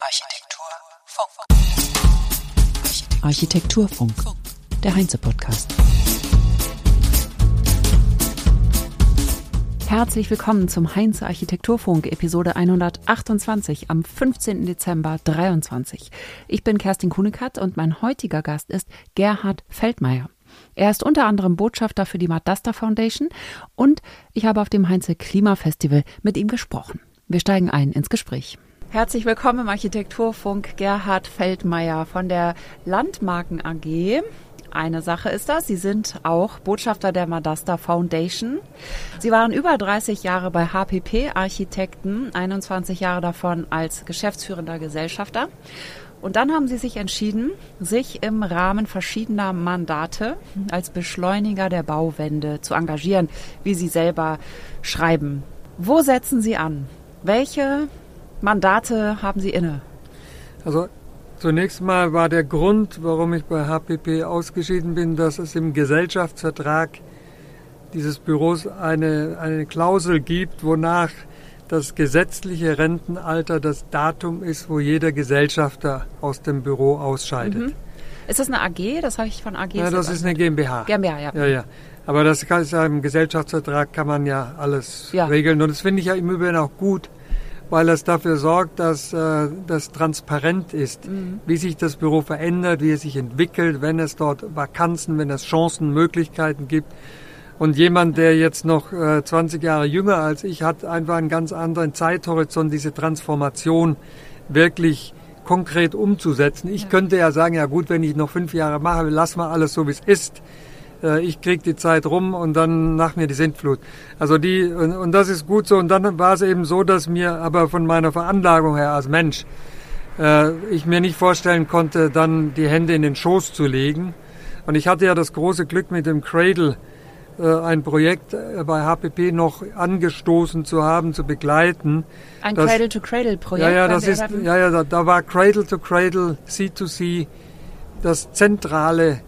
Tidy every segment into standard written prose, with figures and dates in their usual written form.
Architekturfunk, der Heinze-Podcast. Herzlich willkommen zum Heinze Architekturfunk, Episode 128 am 15. Dezember 2023. Ich bin Kerstin Kuhnekatz und mein heutiger Gast ist Gerhard Feldmayer. Er ist unter anderem Botschafter für die Madasta Foundation und ich habe auf dem Heinze Klimafestival mit ihm gesprochen. Wir steigen ein ins Gespräch. Herzlich willkommen im Architekturfunk, Gerhard Feldmayer von der Landmarken AG. Eine Sache ist das, Sie sind auch Botschafter der Madasta Foundation. Sie waren über 30 Jahre bei HPP Architekten, 21 Jahre davon als geschäftsführender Gesellschafter. Und dann haben Sie sich entschieden, sich im Rahmen verschiedener Mandate als Beschleuniger der Bauwende zu engagieren, wie Sie selber schreiben. Wo setzen Sie an? Welche Mandate haben Sie inne? Also zunächst mal war der Grund, warum ich bei HPP ausgeschieden bin, dass es im Gesellschaftsvertrag dieses Büros eine Klausel gibt, wonach das gesetzliche Rentenalter das Datum ist, wo jeder Gesellschafter aus dem Büro ausscheidet. Mhm. Ist das eine AG? Das habe ich von AG. Ja, das ist eine GmbH. GmbH, ja. Ja. Aber das ist ja im Gesellschaftsvertrag kann man ja alles regeln. Und das finde ich ja im Übrigen auch gut, weil es dafür sorgt, dass das transparent ist, wie sich das Büro verändert, wie es sich entwickelt, wenn es dort Vakanzen, wenn es Chancen, Möglichkeiten gibt. Und jemand, der jetzt noch 20 Jahre jünger als ich, hat einfach einen ganz anderen Zeithorizont, diese Transformation wirklich konkret umzusetzen. Ich könnte ja sagen, ja gut, wenn ich noch 5 Jahre mache, lass mal alles so, wie es ist. Ich kriege die Zeit rum und dann nach mir die Sintflut. Also und das ist gut so. Und dann war es eben so, dass mir aber von meiner Veranlagung her als Mensch ich mir nicht vorstellen konnte, dann die Hände in den Schoß zu legen. Und ich hatte ja das große Glück, mit dem Cradle ein Projekt bei HPP noch angestoßen zu haben, zu begleiten. Ein Cradle-to-Cradle-Projekt? Da war Cradle-to-Cradle, C2C das zentrale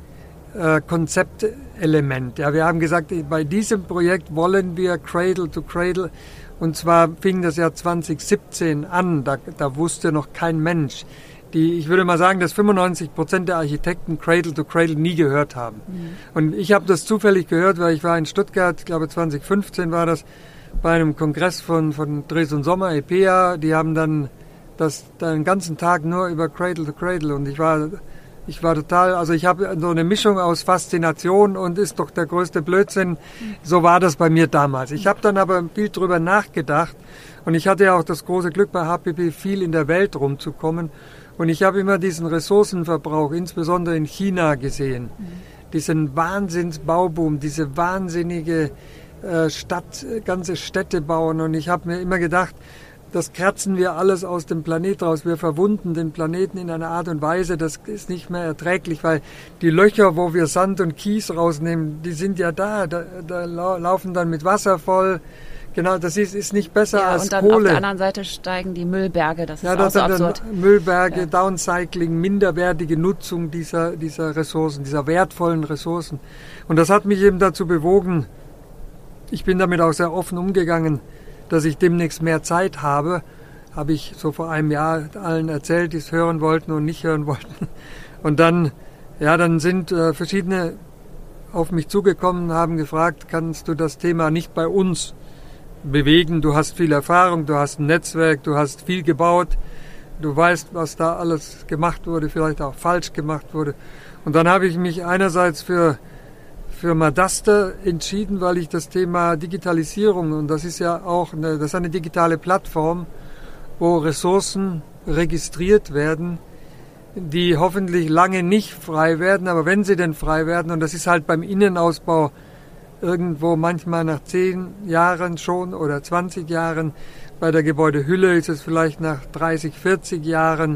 Konzeptelement. Ja, wir haben gesagt, bei diesem Projekt wollen wir Cradle to Cradle, und zwar fing das Jahr 2017 an, da wusste noch kein Mensch. Ich würde mal sagen, dass 95% der Architekten Cradle to Cradle nie gehört haben. Und ich habe das zufällig gehört, weil ich war in Stuttgart, ich glaube 2015 war das, bei einem Kongress von Dres und Sommer, EPEA, die haben dann den ganzen Tag nur über Cradle to Cradle, und ich war total, also ich habe so eine Mischung aus Faszination und ist doch der größte Blödsinn. So war das bei mir damals. Ich habe dann aber viel drüber nachgedacht, und ich hatte ja auch das große Glück, bei HPP viel in der Welt rumzukommen, und ich habe immer diesen Ressourcenverbrauch, insbesondere in China, gesehen. Diesen Wahnsinnsbauboom, diese wahnsinnige ganze Städte bauen, und ich habe mir immer gedacht, das kratzen wir alles aus dem Planet raus. Wir verwunden den Planeten in einer Art und Weise, das ist nicht mehr erträglich, weil die Löcher, wo wir Sand und Kies rausnehmen, die sind ja da laufen dann mit Wasser voll. Genau, das ist nicht besser als Kohle. Und dann auf der anderen Seite steigen die Müllberge, das ist auch so absurd. Müllberge, Downcycling, minderwertige Nutzung dieser Ressourcen, dieser wertvollen Ressourcen. Und das hat mich eben dazu bewogen, ich bin damit auch sehr offen umgegangen, dass ich demnächst mehr Zeit habe ich so vor einem Jahr allen erzählt, die es hören wollten und nicht hören wollten. Und dann sind verschiedene auf mich zugekommen, haben gefragt, kannst du das Thema nicht bei uns bewegen? Du hast viel Erfahrung, du hast ein Netzwerk, du hast viel gebaut, du weißt, was da alles gemacht wurde, vielleicht auch falsch gemacht wurde. Und dann habe ich mich einerseits für Madasta entschieden, weil ich das Thema Digitalisierung, und das ist ja auch eine digitale Plattform, wo Ressourcen registriert werden, die hoffentlich lange nicht frei werden, aber wenn sie denn frei werden, und das ist halt beim Innenausbau irgendwo manchmal nach 10 Jahren schon oder 20 Jahren, bei der Gebäudehülle ist es vielleicht nach 30, 40 Jahren,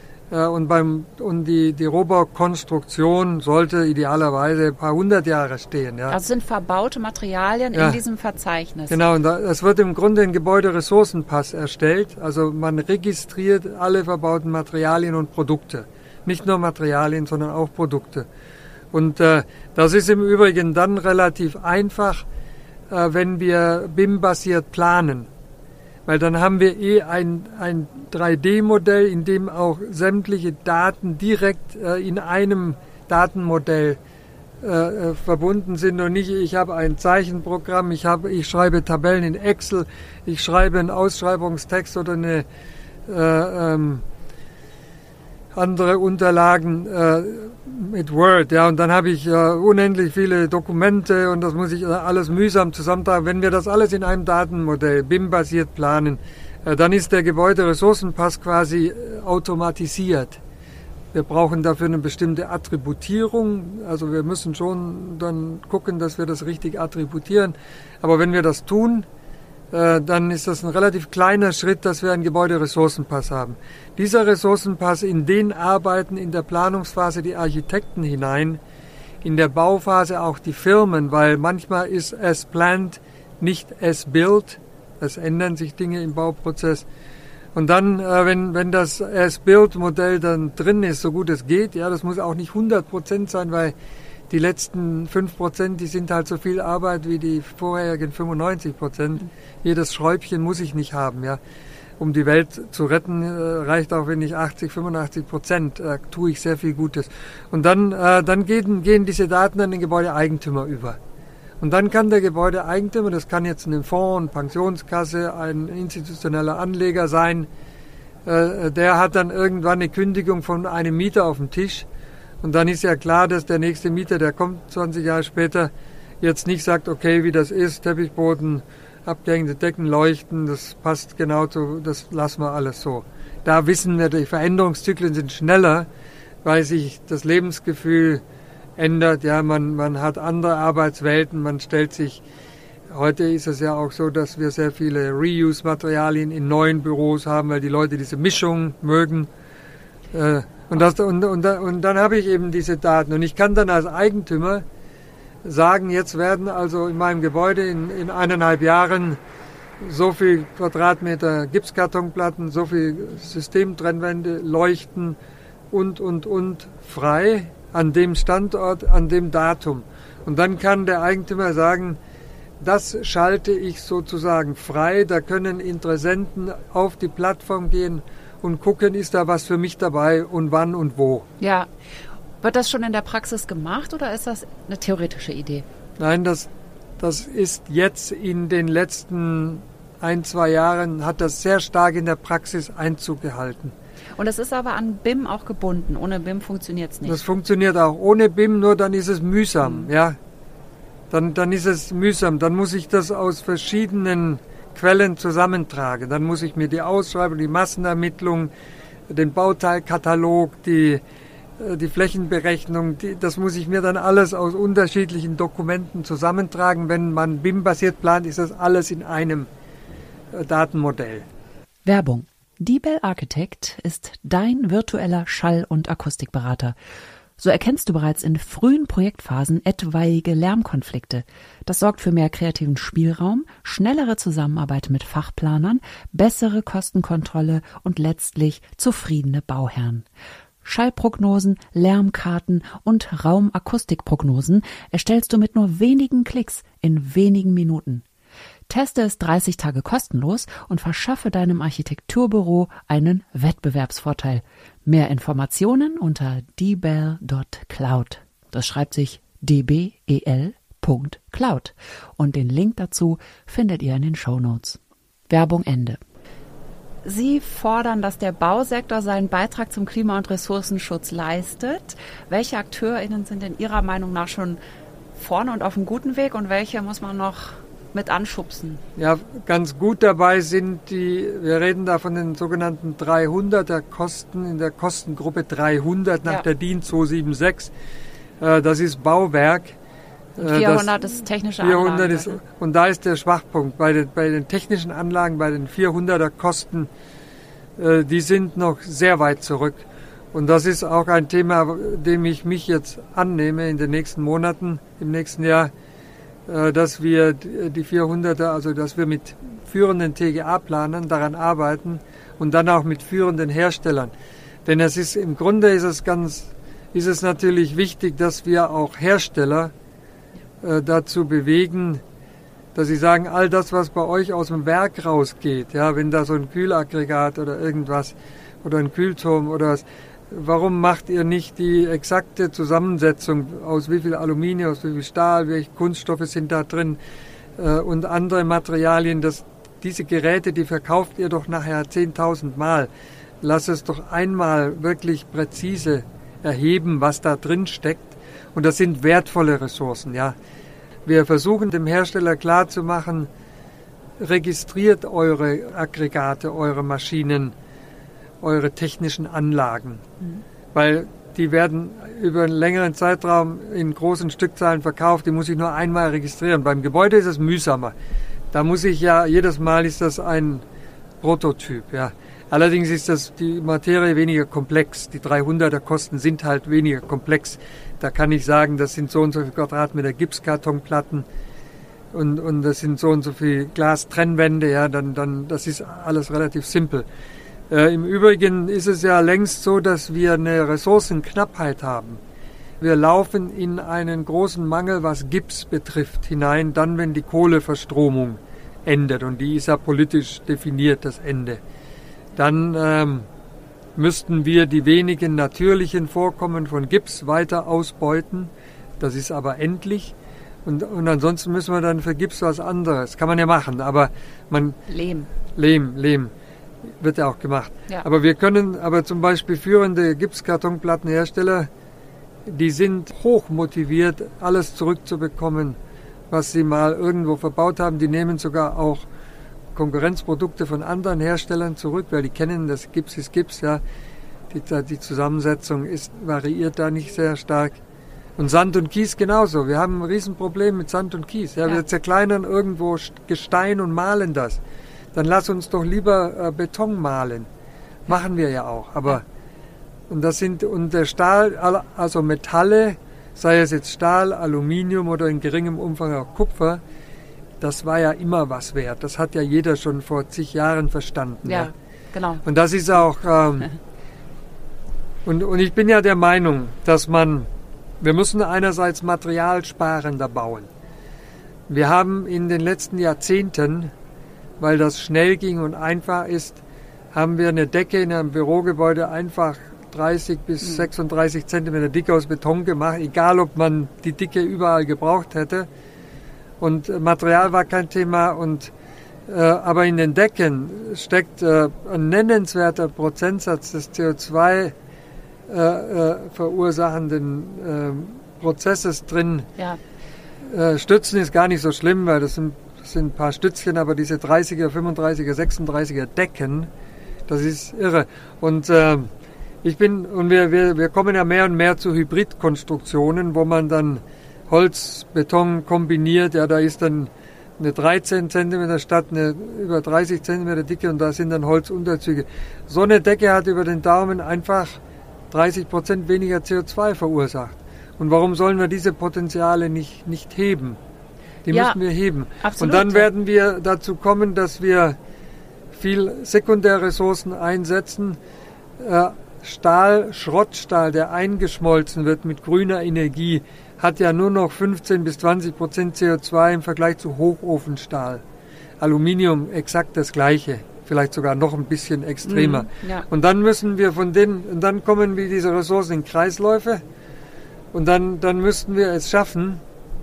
und die Rohbaukonstruktion sollte idealerweise ein paar 100 Jahre stehen. Ja. Also sind verbaute Materialien in diesem Verzeichnis. Genau, und es wird im Grunde ein Gebäuderessourcenpass erstellt. Also man registriert alle verbauten Materialien und Produkte. Nicht nur Materialien, sondern auch Produkte. Und das ist im Übrigen dann relativ einfach, wenn wir BIM-basiert planen. weil dann haben wir ein 3D-Modell, in dem auch sämtliche Daten direkt in einem Datenmodell verbunden sind und nicht, ich habe ein Zeichenprogramm, ich schreibe Tabellen in Excel, ich schreibe einen Ausschreibungstext oder eine andere Unterlagen mit Word, ja, und dann habe ich unendlich viele Dokumente und das muss ich alles mühsam zusammentragen. Wenn wir das alles in einem Datenmodell BIM-basiert planen, dann ist der Gebäuderessourcenpass quasi automatisiert. Wir brauchen dafür eine bestimmte Attributierung, also wir müssen schon dann gucken, dass wir das richtig attributieren. Aber wenn wir das tun, dann ist das ein relativ kleiner Schritt, dass wir einen Gebäuderessourcenpass haben. Dieser Ressourcenpass, in den arbeiten in der Planungsphase die Architekten hinein, in der Bauphase auch die Firmen, weil manchmal ist as planned nicht as built, es ändern sich Dinge im Bauprozess. Und dann, wenn das As-Built-Modell dann drin ist, so gut es geht, ja, das muss auch nicht 100% sein, weil die letzten 5%, die sind halt so viel Arbeit wie die vorherigen 95%. Jedes Schräubchen muss ich nicht haben, ja. Um die Welt zu retten, reicht auch, wenn ich 85% tue ich sehr viel Gutes. Und dann gehen diese Daten an den Gebäudeeigentümer über. Und dann kann der Gebäudeeigentümer, das kann jetzt ein Fonds, eine Pensionskasse, ein institutioneller Anleger sein, der hat dann irgendwann eine Kündigung von einem Mieter auf dem Tisch. Und dann ist ja klar, dass der nächste Mieter, der kommt 20 Jahre später, jetzt nicht sagt, okay, wie das ist, Teppichboden, abgehängte Decken, Leuchten, das passt genau zu, das lassen wir alles so. Da wissen wir, die Veränderungszyklen sind schneller, weil sich das Lebensgefühl ändert, ja, man hat andere Arbeitswelten, man stellt sich, heute ist es ja auch so, dass wir sehr viele Reuse-Materialien in neuen Büros haben, weil die Leute diese Mischung mögen. Und dann habe ich eben diese Daten und ich kann dann als Eigentümer sagen, jetzt werden also in meinem Gebäude in 1,5 Jahren so viel Quadratmeter Gipskartonplatten, so viel Systemtrennwände, Leuchten und frei an dem Standort, an dem Datum. Und dann kann der Eigentümer sagen, das schalte ich sozusagen frei, da können Interessenten auf die Plattform gehen und gucken, ist da was für mich dabei und wann und wo. Ja, wird das schon in der Praxis gemacht oder ist das eine theoretische Idee? Nein, das ist jetzt in den letzten 1-2 Jahren, hat das sehr stark in der Praxis Einzug gehalten. Und es ist aber an BIM auch gebunden. Ohne BIM funktioniert es nicht. Das funktioniert auch ohne BIM, nur dann ist es mühsam. Ja? Dann ist es mühsam. Dann muss ich das aus verschiedenen Quellen zusammentragen. Dann muss ich mir die Ausschreibung, die Massenermittlung, den Bauteilkatalog, die Flächenberechnung, das muss ich mir dann alles aus unterschiedlichen Dokumenten zusammentragen. Wenn man BIM-basiert plant, ist das alles in einem Datenmodell. Werbung. DBEL Architect ist dein virtueller Schall- und Akustikberater. So erkennst du bereits in frühen Projektphasen etwaige Lärmkonflikte. Das sorgt für mehr kreativen Spielraum, schnellere Zusammenarbeit mit Fachplanern, bessere Kostenkontrolle und letztlich zufriedene Bauherren. Schallprognosen, Lärmkarten und Raumakustikprognosen erstellst du mit nur wenigen Klicks in wenigen Minuten. Teste es 30 Tage kostenlos und verschaffe deinem Architekturbüro einen Wettbewerbsvorteil. Mehr Informationen unter dbel.cloud. Das schreibt sich dbel.cloud. Und den Link dazu findet ihr in den Shownotes. Werbung Ende. Sie fordern, dass der Bausektor seinen Beitrag zum Klima- und Ressourcenschutz leistet. Welche AkteurInnen sind in Ihrer Meinung nach schon vorne und auf einem guten Weg und welche muss man noch mit anschubsen? Ja, ganz gut dabei sind wir reden da von den sogenannten 300er Kosten, in der Kostengruppe 300 nach der DIN 276. Das ist Bauwerk. 400 ist technische Anlagen. 400 ist, und da ist der Schwachpunkt. Bei den technischen Anlagen, bei den 400er Kosten, die sind noch sehr weit zurück. Und das ist auch ein Thema, dem ich mich jetzt annehme in den nächsten Monaten, im nächsten Jahr, dass wir die 400er, also dass wir mit führenden TGA-Planern daran arbeiten und dann auch mit führenden Herstellern. Denn im Grunde ist es natürlich wichtig, dass wir auch Hersteller dazu bewegen, dass Sie sagen, all das, was bei euch aus dem Werk rausgeht, ja, wenn da so ein Kühlaggregat oder irgendwas oder ein Kühlturm oder was, warum macht ihr nicht die exakte Zusammensetzung, aus wie viel Aluminium, aus wie viel Stahl, welche Kunststoffe sind da drin und andere Materialien, diese Geräte, die verkauft ihr doch nachher 10.000 Mal. Lass es doch einmal wirklich präzise erheben, was da drin steckt. Und das sind wertvolle Ressourcen, ja. Wir versuchen dem Hersteller klarzumachen, registriert eure Aggregate, eure Maschinen, eure technischen Anlagen. Weil die werden über einen längeren Zeitraum in großen Stückzahlen verkauft, die muss ich nur einmal registrieren. Beim Gebäude ist es mühsamer. Da muss ich ja, jedes Mal ist das ein Prototyp, ja. Allerdings ist die Materie weniger komplex. Die 300er Kosten sind halt weniger komplex. Da kann ich sagen, das sind so und so viele Quadratmeter Gipskartonplatten und das sind so und so viele Glastrennwände, ja, dann das ist alles relativ simpel. Im Übrigen ist es ja längst so, dass wir eine Ressourcenknappheit haben. Wir laufen in einen großen Mangel, was Gips betrifft, hinein, dann wenn die Kohleverstromung endet und die ist ja politisch definiert, das Ende. Dann müssten wir die wenigen natürlichen Vorkommen von Gips weiter ausbeuten. Das ist aber endlich. Und ansonsten müssen wir dann für Gips was anderes. Kann man ja machen, aber Lehm wird ja auch gemacht. Ja. Aber wir können, zum Beispiel führende Gipskartonplattenhersteller, die sind hoch motiviert, alles zurückzubekommen, was sie mal irgendwo verbaut haben. Die nehmen sogar auch Konkurrenzprodukte von anderen Herstellern zurück, weil die kennen, das Gips ist Gips, ja. Die Zusammensetzung variiert da nicht sehr stark. Und Sand und Kies genauso. Wir haben ein Riesenproblem mit Sand und Kies. Ja. Wir zerkleinern irgendwo Gestein und malen das. Dann lass uns doch lieber Beton malen. Machen wir ja auch. Aber und der Stahl, also Metalle, sei es jetzt Stahl, Aluminium oder in geringem Umfang auch Kupfer, das war ja immer was wert. Das hat ja jeder schon vor zig Jahren verstanden. Ja, genau. Und das ist auch, und ich bin ja der Meinung, dass wir müssen einerseits materialsparender bauen. Wir haben in den letzten Jahrzehnten, weil das schnell ging und einfach ist, haben wir eine Decke in einem Bürogebäude einfach 30 bis 36 Zentimeter dick aus Beton gemacht, egal ob man die Dicke überall gebraucht hätte. Und Material war kein Thema, aber in den Decken steckt ein nennenswerter Prozentsatz des CO2 verursachenden Prozesses drin. Ja. Stützen ist gar nicht so schlimm, weil das sind ein paar Stützchen, aber diese 30er, 35er, 36er Decken, das ist irre. Und wir kommen ja mehr und mehr zu Hybridkonstruktionen, wo man dann Holz, Beton kombiniert. Ja, da ist dann eine 13 cm statt eine über 30 cm Dicke und da sind dann Holzunterzüge. So eine Decke hat über den Daumen einfach 30% weniger CO2 verursacht. Und warum sollen wir diese Potenziale nicht heben? Die müssen wir heben. Absolut. Und dann werden wir dazu kommen, dass wir viel Sekundärressourcen einsetzen. Schrottstahl, der eingeschmolzen wird mit grüner Energie, hat ja nur noch 15 bis 20% CO2 im Vergleich zu Hochofenstahl. Aluminium exakt das Gleiche, vielleicht sogar noch ein bisschen extremer. Ja. Und dann müssen wir dann kommen wir diese Ressourcen in Kreisläufe und dann müssten wir es schaffen,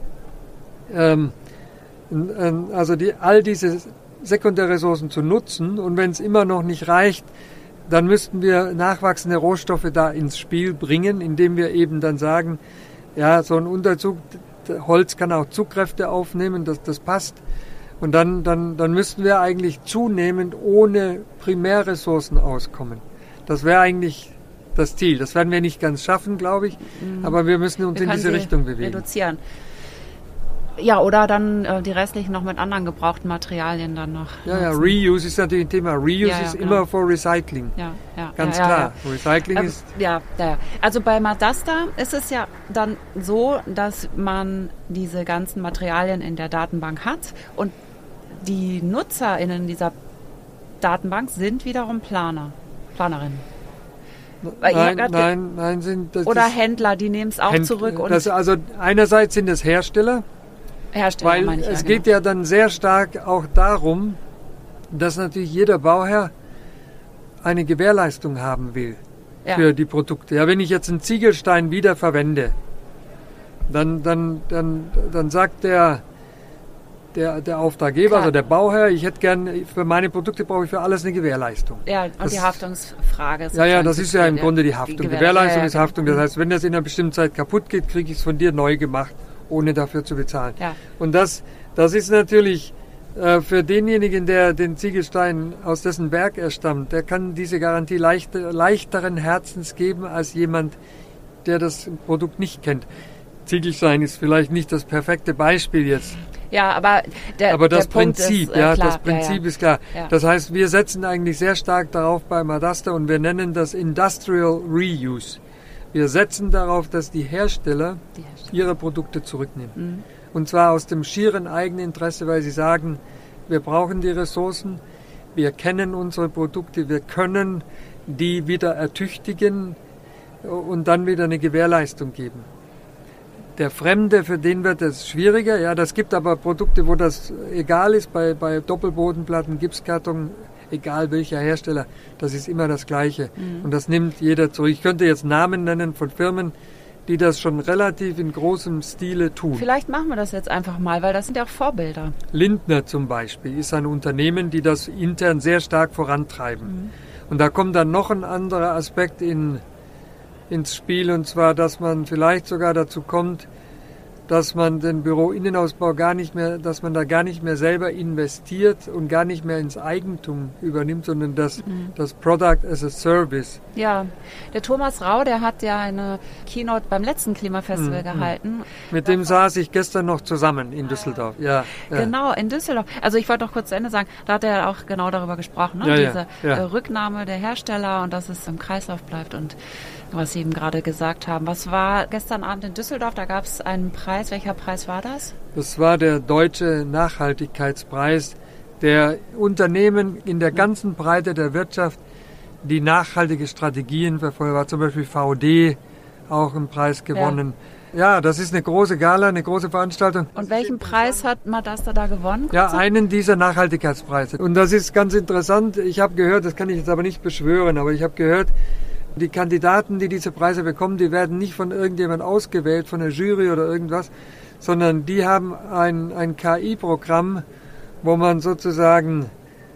all diese Sekundärressourcen zu nutzen und wenn es immer noch nicht reicht, dann müssten wir nachwachsende Rohstoffe da ins Spiel bringen, indem wir eben dann sagen, ja, so ein Unterzug, Holz kann auch Zugkräfte aufnehmen, das passt. Und dann müssten wir eigentlich zunehmend ohne Primärressourcen auskommen. Das wäre eigentlich das Ziel. Das werden wir nicht ganz schaffen, glaube ich, aber wir müssen uns in diese Richtung bewegen. Reduzieren. Ja, oder dann die restlichen noch mit anderen gebrauchten Materialien dann noch. Ja, Reuse ist natürlich ein Thema. Reuse ist immer vor Recycling. Ganz klar. Recycling ist... Ja. Also bei Madasta ist es ja dann so, dass man diese ganzen Materialien in der Datenbank hat und die NutzerInnen dieser Datenbank sind wiederum Planerinnen. Nein, oder Händler, die nehmen es auch zurück. Also einerseits sind es Hersteller, Hersteller, Weil meine ich, es geht ja dann sehr stark auch darum, dass natürlich jeder Bauherr eine Gewährleistung haben will für die Produkte. Ja, wenn ich jetzt einen Ziegelstein wieder verwende, dann sagt der Auftraggeber, also der Bauherr, ich hätte gern, für meine Produkte brauche ich für alles eine Gewährleistung. Ja, und die Haftungsfrage ist das ist ja im Grunde die Haftung. Gewährleistung ist Haftung. Das heißt, wenn das in einer bestimmten Zeit kaputt geht, kriege ich es von dir neu gemacht, ohne dafür zu bezahlen. Ja. Und das ist natürlich für denjenigen, der den Ziegelstein aus dessen Werk erstammt, der kann diese Garantie leichteren Herzens geben als jemand, der das Produkt nicht kennt. Ziegelstein ist vielleicht nicht das perfekte Beispiel jetzt. Ja, aber das der Prinzip, Punkt ist, klar. Das Prinzip ist klar. Ja. Das heißt, wir setzen eigentlich sehr stark darauf bei Madasta und wir nennen das Industrial Reuse. Wir setzen darauf, dass die Hersteller ihre Produkte zurücknehmen. Mhm. Und zwar aus dem schieren Eigeninteresse, weil sie sagen, wir brauchen die Ressourcen, wir kennen unsere Produkte, wir können die wieder ertüchtigen und dann wieder eine Gewährleistung geben. Der Fremde, für den wird es schwieriger. Ja, das gibt aber Produkte, wo das egal ist, bei Doppelbodenplatten, Gipskarton, egal welcher Hersteller, das ist immer das Gleiche. Mhm. Und das nimmt jeder zurück. Ich könnte jetzt Namen nennen von Firmen, die das schon relativ in großem Stile tun. Vielleicht machen wir das jetzt einfach mal, weil das sind ja auch Vorbilder. Lindner zum Beispiel ist ein Unternehmen, die das intern sehr stark vorantreiben. Mhm. Und da kommt dann noch ein anderer Aspekt ins Spiel, und zwar, dass man vielleicht sogar dazu kommt, dass man den Büroinnenausbau dass man da gar nicht mehr selber investiert und gar nicht mehr ins Eigentum übernimmt, sondern das Product as a Service. Ja, der Thomas Rau, der hat ja eine Keynote beim letzten Klimafestival gehalten. Mit dem saß ich gestern noch zusammen in Düsseldorf. Ja. Genau, in Düsseldorf. Also ich wollte noch kurz zu Ende sagen, da hat er auch genau darüber gesprochen, ne? Diese Rücknahme der Hersteller und dass es im Kreislauf bleibt und was Sie eben gerade gesagt haben. Was war gestern Abend in Düsseldorf? Da gab es einen Preis. Welcher Preis war das? Das war der Deutsche Nachhaltigkeitspreis, der Unternehmen in der ganzen Breite der Wirtschaft, die nachhaltige Strategien verfolgen, war zum Beispiel VD auch einen Preis gewonnen. Ja, das ist eine große Gala, eine große Veranstaltung. Und welchen Preis hat Madasta da gewonnen? Ja, einen dieser Nachhaltigkeitspreise. Und das ist ganz interessant. Ich habe gehört, das kann ich jetzt aber nicht beschwören, aber ich habe gehört, die Kandidaten, die diese Preise bekommen, die werden nicht von irgendjemand ausgewählt, von der Jury oder irgendwas, sondern die haben ein KI-Programm, wo man sozusagen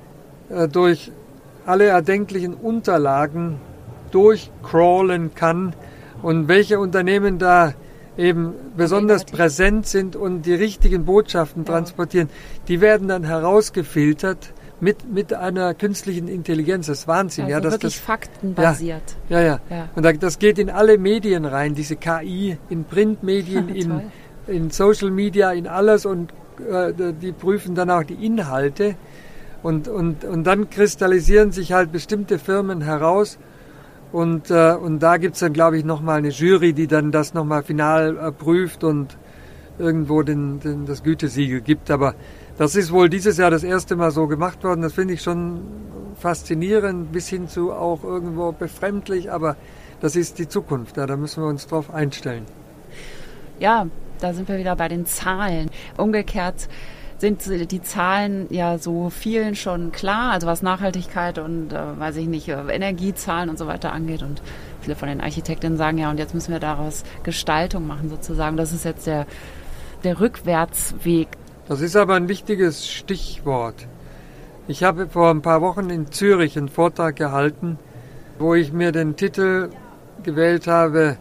durch alle erdenklichen Unterlagen durchcrawlen kann und welche Unternehmen da eben besonders präsent sind und die richtigen Botschaften transportieren, die werden dann herausgefiltert mit einer künstlichen Intelligenz. Das ist Wahnsinn. Also das wirklich faktenbasiert. Ja. Und das geht in alle Medien rein, diese KI, in Printmedien, in Social Media, in alles, und die prüfen dann auch die Inhalte und dann kristallisieren sich halt bestimmte Firmen heraus und da gibt es dann, glaube ich, nochmal eine Jury, die dann das nochmal final prüft und irgendwo das Gütesiegel gibt. Aber das ist wohl dieses Jahr das erste Mal so gemacht worden. Das finde ich schon faszinierend, bis hin zu auch irgendwo befremdlich. Aber das ist die Zukunft. Ja, da müssen wir uns drauf einstellen. Ja, da sind wir wieder bei den Zahlen. Umgekehrt sind die Zahlen ja so vielen schon klar, also was Nachhaltigkeit und, Energiezahlen und so weiter angeht. Und viele von den Architektinnen sagen ja, und jetzt müssen wir daraus Gestaltung machen sozusagen. Das ist jetzt der Rückwärtsweg. Das ist aber ein wichtiges Stichwort. Ich habe vor ein paar Wochen in Zürich einen Vortrag gehalten, wo ich mir den Titel gewählt habe,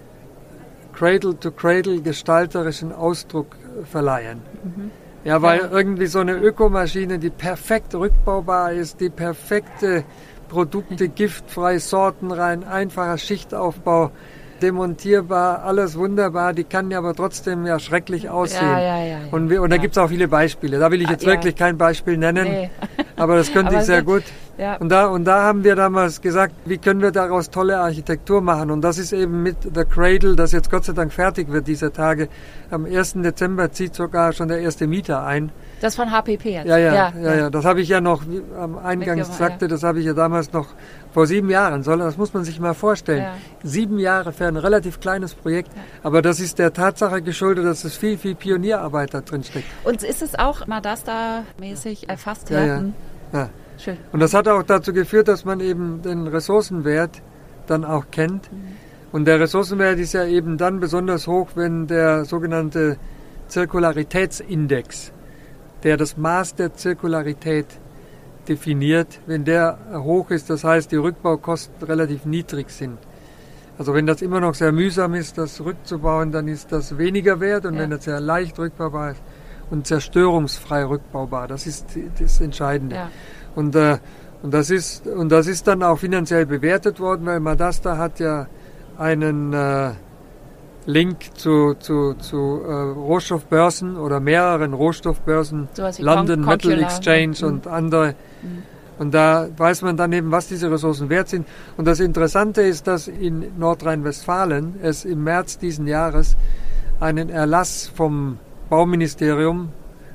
Cradle to Cradle gestalterischen Ausdruck verleihen. Mhm. Ja, weil irgendwie so eine Ökomaschine, die perfekt rückbaubar ist, die perfekte Produkte, giftfrei, sortenrein, einfacher Schichtaufbau, demontierbar, alles wunderbar, die kann ja aber trotzdem ja schrecklich aussehen. Ja. Und da gibt es auch viele Beispiele. Da will ich jetzt wirklich kein Beispiel nennen, aber das könnte ich sehr gut. Ja. Und da haben wir damals gesagt, wie können wir daraus tolle Architektur machen? Und das ist eben mit The Cradle, das jetzt Gott sei Dank fertig wird dieser Tage. Am 1. Dezember zieht sogar schon der erste Mieter ein. Das von HPP jetzt? Ja. Das habe ich ja noch, wie am Eingang sagte, das habe ich ja damals noch vor 7 Jahren. Das muss man sich mal vorstellen. Ja. 7 Jahre für ein relativ kleines Projekt. Ja. Aber das ist der Tatsache geschuldet, dass es viel, viel Pionierarbeit da drin steckt. Und ist es auch Madasta-mäßig erfasst? Ja. Schön. Und das hat auch dazu geführt, dass man eben den Ressourcenwert dann auch kennt. Und der Ressourcenwert ist ja eben dann besonders hoch, wenn der sogenannte Zirkularitätsindex, der das Maß der Zirkularität definiert, wenn der hoch ist, das heißt, die Rückbaukosten relativ niedrig sind. Also wenn das immer noch sehr mühsam ist, das rückzubauen, dann ist das weniger wert. Und wenn das sehr leicht rückbaubar ist und zerstörungsfrei rückbaubar, das ist das Entscheidende. Ja. Und das ist dann auch finanziell bewertet worden, weil Madasta hat ja einen Link zu Rohstoffbörsen oder mehreren Rohstoffbörsen, London Metal Exchange und andere. Und da weiß man dann eben, was diese Ressourcen wert sind. Und das Interessante ist, dass in Nordrhein-Westfalen es im März diesen Jahres einen Erlass vom Bauministerium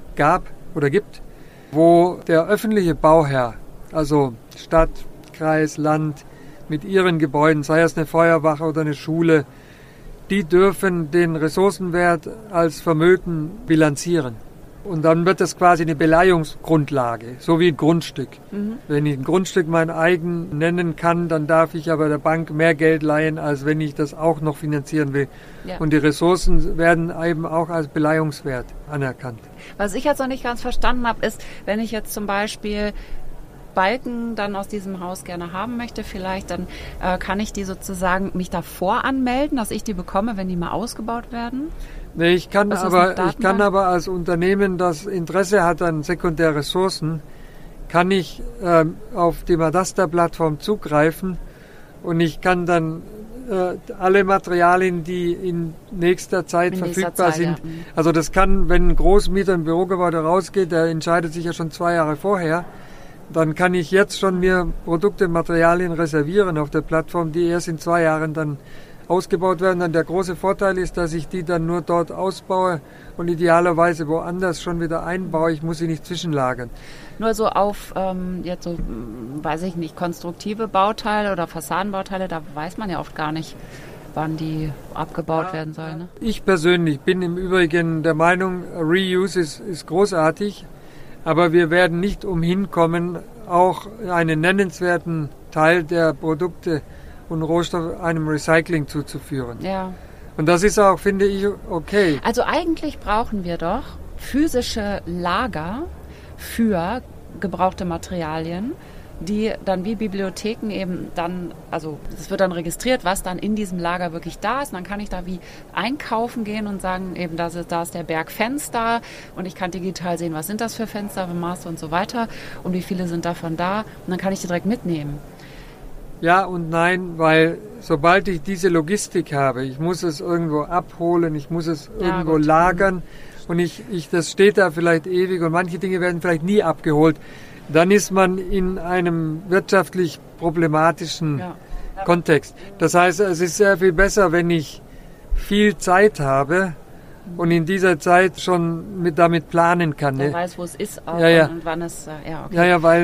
gibt, wo der öffentliche Bauherr, also Stadt, Kreis, Land, mit ihren Gebäuden, sei es eine Feuerwache oder eine Schule, die dürfen den Ressourcenwert als Vermögen bilanzieren. Und dann wird das quasi eine Beleihungsgrundlage, so wie ein Grundstück. Wenn ich ein Grundstück mein eigen nennen kann, dann darf ich aber der Bank mehr Geld leihen, als wenn ich das auch noch finanzieren will. Ja. Und die Ressourcen werden eben auch als Beleihungswert anerkannt. Was ich jetzt noch nicht ganz verstanden habe, ist, wenn ich jetzt zum Beispiel Balken dann aus diesem Haus gerne haben möchte, vielleicht, dann kann ich die sozusagen mich davor anmelden, dass ich die bekomme, wenn die mal ausgebaut werden? Nee, ich kann aber als Unternehmen, das Interesse hat an sekundären Ressourcen, kann ich auf die Madasta-Plattform zugreifen und ich kann dann alle Materialien, die in nächster Zeit verfügbar sind. Ja. Also das kann, wenn ein Großmieter ein Bürogebäude rausgeht, der entscheidet sich ja schon 2 Jahre vorher, dann kann ich jetzt schon mir Produkte und Materialien reservieren auf der Plattform, die erst in 2 Jahren dann ausgebaut werden. Dann der große Vorteil ist, dass ich die dann nur dort ausbaue und idealerweise woanders schon wieder einbaue. Ich muss sie nicht zwischenlagern. Nur so auf jetzt so, weiß ich nicht, konstruktive Bauteile oder Fassadenbauteile, da weiß man ja oft gar nicht, wann die abgebaut werden sollen. Ne? Ich persönlich bin im Übrigen der Meinung, Reuse ist großartig, aber wir werden nicht umhin kommen, auch einen nennenswerten Teil der Produkte und Rohstoffe einem Recycling zuzuführen. Ja. Und das ist auch, finde ich, okay. Also eigentlich brauchen wir doch physische Lager für gebrauchte Materialien, die dann wie Bibliotheken eben dann, also es wird dann registriert, was dann in diesem Lager wirklich da ist. Und dann kann ich da wie einkaufen gehen und sagen, eben da ist der Berg Fenster und ich kann digital sehen, was sind das für Fenster, Maße und so weiter und wie viele sind davon da und dann kann ich die direkt mitnehmen. Ja und nein, weil sobald ich diese Logistik habe, ich muss es irgendwo abholen, ich muss es irgendwo lagern und das steht da vielleicht ewig und manche Dinge werden vielleicht nie abgeholt, dann ist man in einem wirtschaftlich problematischen Kontext. Das heißt, es ist sehr viel besser, wenn ich viel Zeit habe und in dieser Zeit schon damit planen kann. Man weiß, wo es ist auch und wann es... Ja, weil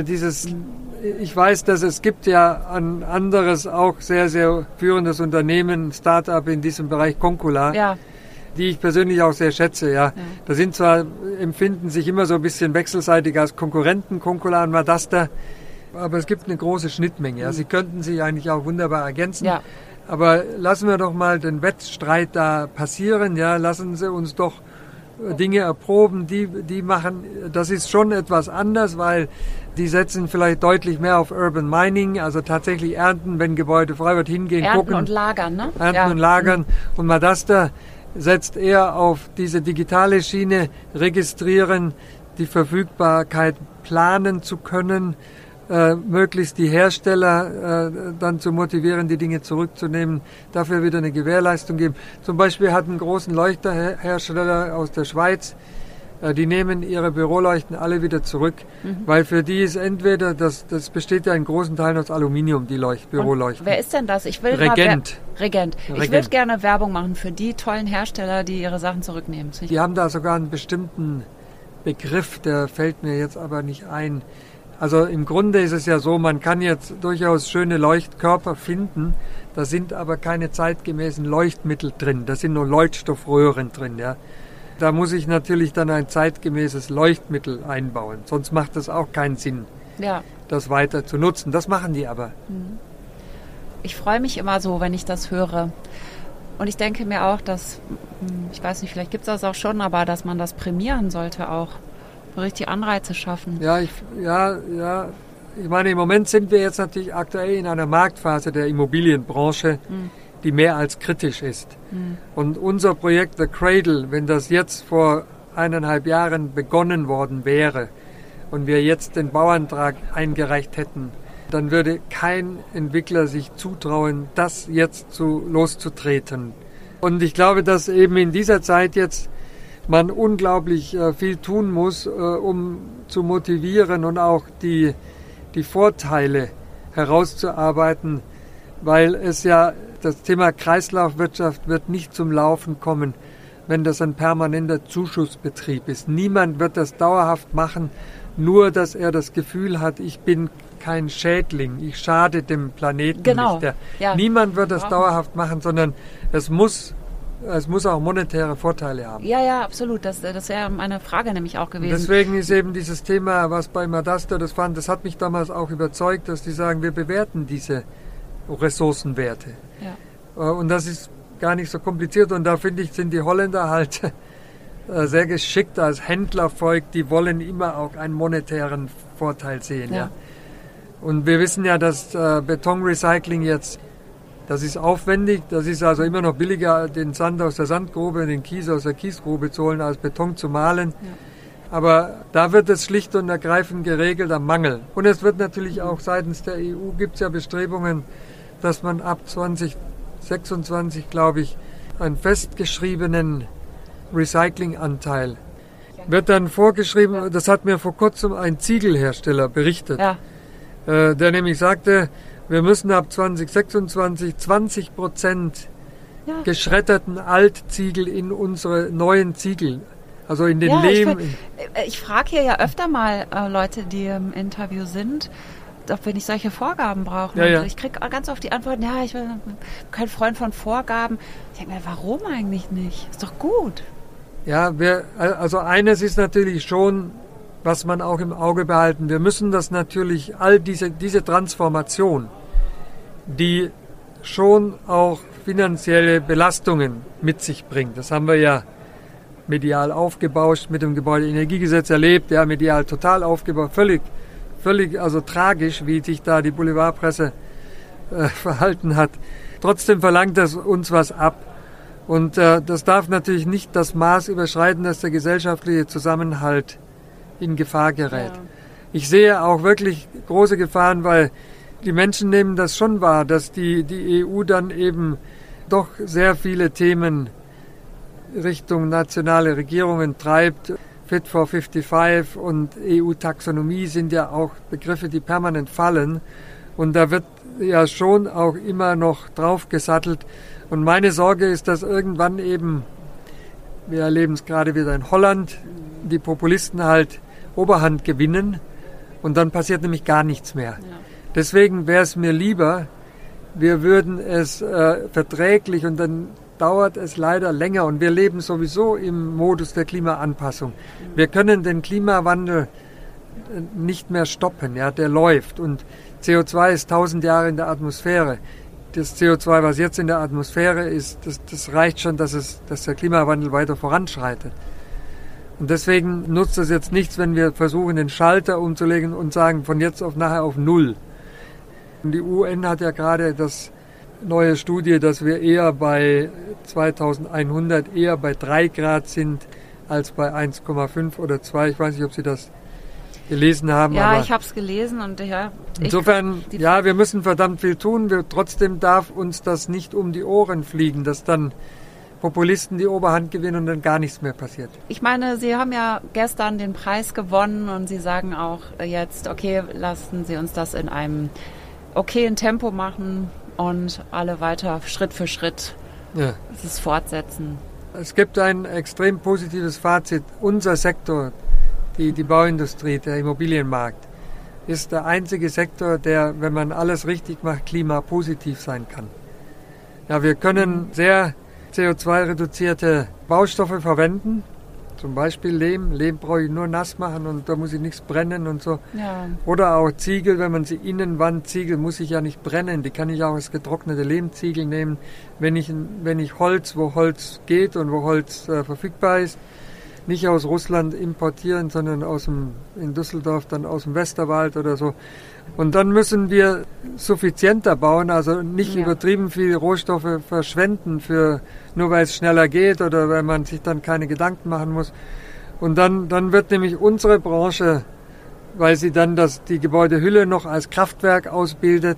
ich weiß, dass es gibt ja ein anderes, auch sehr, sehr führendes Unternehmen, Start-up in diesem Bereich, Concula, die ich persönlich auch sehr schätze. Ja. Da sind zwar, empfinden sich immer so ein bisschen wechselseitig als Konkurrenten, Concula und Madasta, aber es gibt eine große Schnittmenge. Ja. Sie könnten sich eigentlich auch wunderbar ergänzen. Ja. Aber lassen wir doch mal den Wettstreit da passieren. Ja. Lassen Sie uns doch Dinge erproben, die machen, das ist schon etwas anders, weil die setzen vielleicht deutlich mehr auf Urban Mining, also tatsächlich ernten, wenn Gebäude frei wird, hingehen, ernten gucken. Und lagern, ne? Ernten und lagern. Und Madasta setzt eher auf diese digitale Schiene, registrieren, die Verfügbarkeit planen zu können, möglichst die Hersteller dann zu motivieren, die Dinge zurückzunehmen, dafür wieder eine Gewährleistung geben. Zum Beispiel hat ein großen Leuchterhersteller aus der Schweiz die nehmen ihre Büroleuchten alle wieder zurück, weil für die ist entweder, das besteht ja in großen Teilen aus Aluminium, die Büroleuchten. Wer ist denn das? Regent. Regent. Ich würde gerne Werbung machen für die tollen Hersteller, die ihre Sachen zurücknehmen. Die haben da sogar einen bestimmten Begriff, der fällt mir jetzt aber nicht ein. Also im Grunde ist es ja so, man kann jetzt durchaus schöne Leuchtkörper finden, da sind aber keine zeitgemäßen Leuchtmittel drin, da sind nur Leuchtstoffröhren drin, ja. Da muss ich natürlich dann ein zeitgemäßes Leuchtmittel einbauen. Sonst macht es auch keinen Sinn, das weiter zu nutzen. Das machen die aber. Ich freue mich immer so, wenn ich das höre. Und ich denke mir auch, dass, ich weiß nicht, vielleicht gibt es das auch schon, aber dass man das prämieren sollte auch. Richtig Anreize schaffen. Ja. Ich meine, im Moment sind wir jetzt natürlich aktuell in einer Marktphase der Immobilienbranche, die mehr als kritisch ist. Und unser Projekt The Cradle, wenn das jetzt vor 1,5 Jahren begonnen worden wäre und wir jetzt den Bauantrag eingereicht hätten, dann würde kein Entwickler sich zutrauen, das jetzt loszutreten. Und ich glaube, dass eben in dieser Zeit jetzt man unglaublich viel tun muss, um zu motivieren und auch die Vorteile herauszuarbeiten, weil es ja das Thema Kreislaufwirtschaft wird nicht zum Laufen kommen, wenn das ein permanenter Zuschussbetrieb ist. Niemand wird das dauerhaft machen, nur dass er das Gefühl hat, ich bin kein Schädling, ich schade dem Planeten nicht. Niemand wird das dauerhaft machen, sondern es muss auch monetäre Vorteile haben. Ja, absolut. Das wäre meine Frage nämlich auch gewesen. Deswegen ist eben dieses Thema, was bei Madasta das hat mich damals auch überzeugt, dass die sagen, wir bewerten diese Ressourcenwerte. Ja. Und das ist gar nicht so kompliziert. Und da finde ich, sind die Holländer halt sehr geschickt als Händlervolk. Die wollen immer auch einen monetären Vorteil sehen. Ja. Und wir wissen ja, dass Betonrecycling jetzt, das ist aufwendig, das ist also immer noch billiger, den Sand aus der Sandgrube, den Kies aus der Kiesgrube zu holen, als Beton zu mahlen. Ja. Aber da wird es schlicht und ergreifend geregelt am Mangel. Und es wird natürlich auch seitens der EU, gibt es ja Bestrebungen, dass man ab 2026, glaube ich, einen festgeschriebenen Recyclinganteil wird dann vorgeschrieben. Das hat mir vor kurzem ein Ziegelhersteller berichtet, der nämlich sagte, wir müssen ab 2026 20% geschredderten Altziegel in unsere neuen Ziegel, also in den Lehm. Ich frage hier ja öfter mal Leute, die im Interview sind, ob wir nicht solche Vorgaben brauchen. Ja. Ich kriege ganz oft die Antwort, ich bin kein Freund von Vorgaben. Ich denke mir, warum eigentlich nicht? Ist doch gut. Ja, also eines ist natürlich schon, was man auch im Auge behalten. Wir müssen das natürlich, all diese Transformation, die schon auch finanzielle Belastungen mit sich bringt. Das haben wir ja medial aufgebauscht, mit dem Gebäudeenergiegesetz erlebt, medial total aufgebaut, völlig also tragisch, wie sich da die Boulevardpresse verhalten hat. Trotzdem verlangt das uns was ab. Und das darf natürlich nicht das Maß überschreiten, dass der gesellschaftliche Zusammenhalt in Gefahr gerät. Ja. Ich sehe auch wirklich große Gefahren, weil die Menschen nehmen das schon wahr, dass die EU dann eben doch sehr viele Themen Richtung nationale Regierungen treibt. Fit for 55 und EU-Taxonomie sind ja auch Begriffe, die permanent fallen. Und da wird ja schon auch immer noch drauf gesattelt. Und meine Sorge ist, dass irgendwann eben, wir erleben es gerade wieder in Holland, die Populisten halt Oberhand gewinnen und dann passiert nämlich gar nichts mehr. Ja. Deswegen wäre es mir lieber, wir würden es verträglich und dann dauert es leider länger und wir leben sowieso im Modus der Klimaanpassung. Wir können den Klimawandel nicht mehr stoppen, der läuft und CO2 ist 1000 Jahre in der Atmosphäre. Das CO2, was jetzt in der Atmosphäre ist, das reicht schon, dass der Klimawandel weiter voranschreitet. Und deswegen nutzt es jetzt nichts, wenn wir versuchen, den Schalter umzulegen und sagen, von jetzt auf nachher auf Null. Und die UN hat ja gerade das neue Studie, dass wir eher bei 2100 eher bei 3 Grad sind als bei 1,5 oder 2. Ich weiß nicht, ob Sie das gelesen haben. Ja, aber ich habe es gelesen und insofern, wir müssen verdammt viel tun. Trotzdem darf uns das nicht um die Ohren fliegen, dass dann Populisten die Oberhand gewinnen und dann gar nichts mehr passiert. Ich meine, Sie haben ja gestern den Preis gewonnen und Sie sagen auch jetzt, okay, lassen Sie uns das in einem okayen Tempo machen und alle weiter Schritt für Schritt es fortsetzen. Es gibt ein extrem positives Fazit. Unser Sektor, die Bauindustrie, der Immobilienmarkt, ist der einzige Sektor, der, wenn man alles richtig macht, klimapositiv sein kann. Ja, wir können sehr CO2-reduzierte Baustoffe verwenden, zum Beispiel Lehm. Lehm brauche ich nur nass machen und da muss ich nichts brennen und so. Ja. Oder auch Ziegel, wenn man sie Innenwandziegel, muss ich ja nicht brennen, die kann ich auch als getrocknete Lehmziegel nehmen. Wenn ich Holz, wo Holz geht und wo Holz verfügbar ist, nicht aus Russland importieren, sondern in Düsseldorf dann aus dem Westerwald oder so. Und dann müssen wir suffizienter bauen, also nicht übertrieben viel Rohstoffe verschwenden, nur weil es schneller geht oder weil man sich dann keine Gedanken machen muss. Und dann wird nämlich unsere Branche, weil sie dann die Gebäudehülle noch als Kraftwerk ausbildet,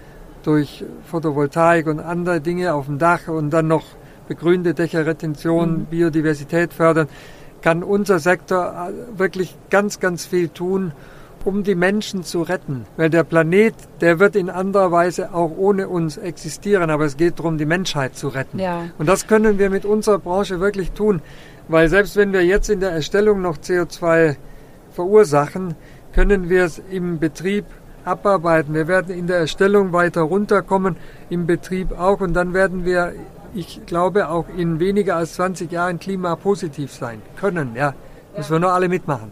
durch Photovoltaik und andere Dinge auf dem Dach und dann noch begrünte Dächerretention, Biodiversität fördern, kann unser Sektor wirklich ganz, ganz viel tun, um die Menschen zu retten. Weil der Planet, der wird in anderer Weise auch ohne uns existieren, aber es geht darum, die Menschheit zu retten. Ja. Und das können wir mit unserer Branche wirklich tun, weil selbst wenn wir jetzt in der Erstellung noch CO2 verursachen, können wir es im Betrieb abarbeiten. Wir werden in der Erstellung weiter runterkommen, im Betrieb auch, und dann werden wir, ich glaube, auch in weniger als 20 Jahren klimapositiv sein können. Ja, müssen wir nur alle mitmachen.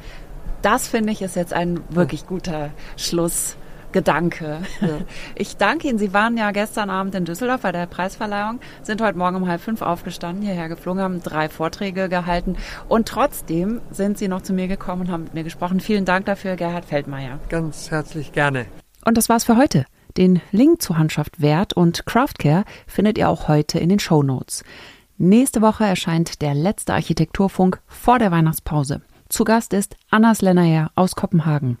Das, finde ich, ist jetzt ein wirklich guter Schlussgedanke. Ja. Ich danke Ihnen. Sie waren ja gestern Abend in Düsseldorf bei der Preisverleihung, sind heute Morgen um 4:30 aufgestanden, hierher geflogen, haben 3 Vorträge gehalten und trotzdem sind Sie noch zu mir gekommen und haben mit mir gesprochen. Vielen Dank dafür, Gerhard Feldmayer. Ganz herzlich gerne. Und das war's für heute. Den Link zu Handschrift Wert und Craftcare findet ihr auch heute in den Shownotes. Nächste Woche erscheint der letzte Architekturfunk vor der Weihnachtspause. Zu Gast ist Anders Lennayer aus Kopenhagen.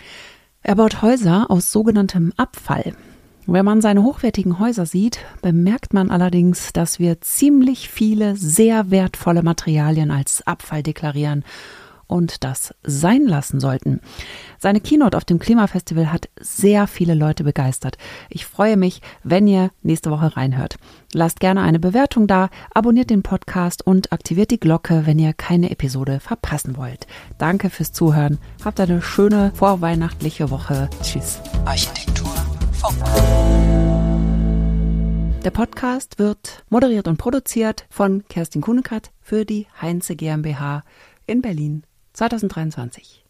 Er baut Häuser aus sogenanntem Abfall. Wenn man seine hochwertigen Häuser sieht, bemerkt man allerdings, dass wir ziemlich viele sehr wertvolle Materialien als Abfall deklarieren und das sein lassen sollten. Seine Keynote auf dem Klimafestival hat sehr viele Leute begeistert. Ich freue mich, wenn ihr nächste Woche reinhört. Lasst gerne eine Bewertung da, abonniert den Podcast und aktiviert die Glocke, wenn ihr keine Episode verpassen wollt. Danke fürs Zuhören. Habt eine schöne vorweihnachtliche Woche. Tschüss. Architekturfunk. Der Podcast wird moderiert und produziert von Kerstin Kuhnekert für die Heinze GmbH in Berlin 2023.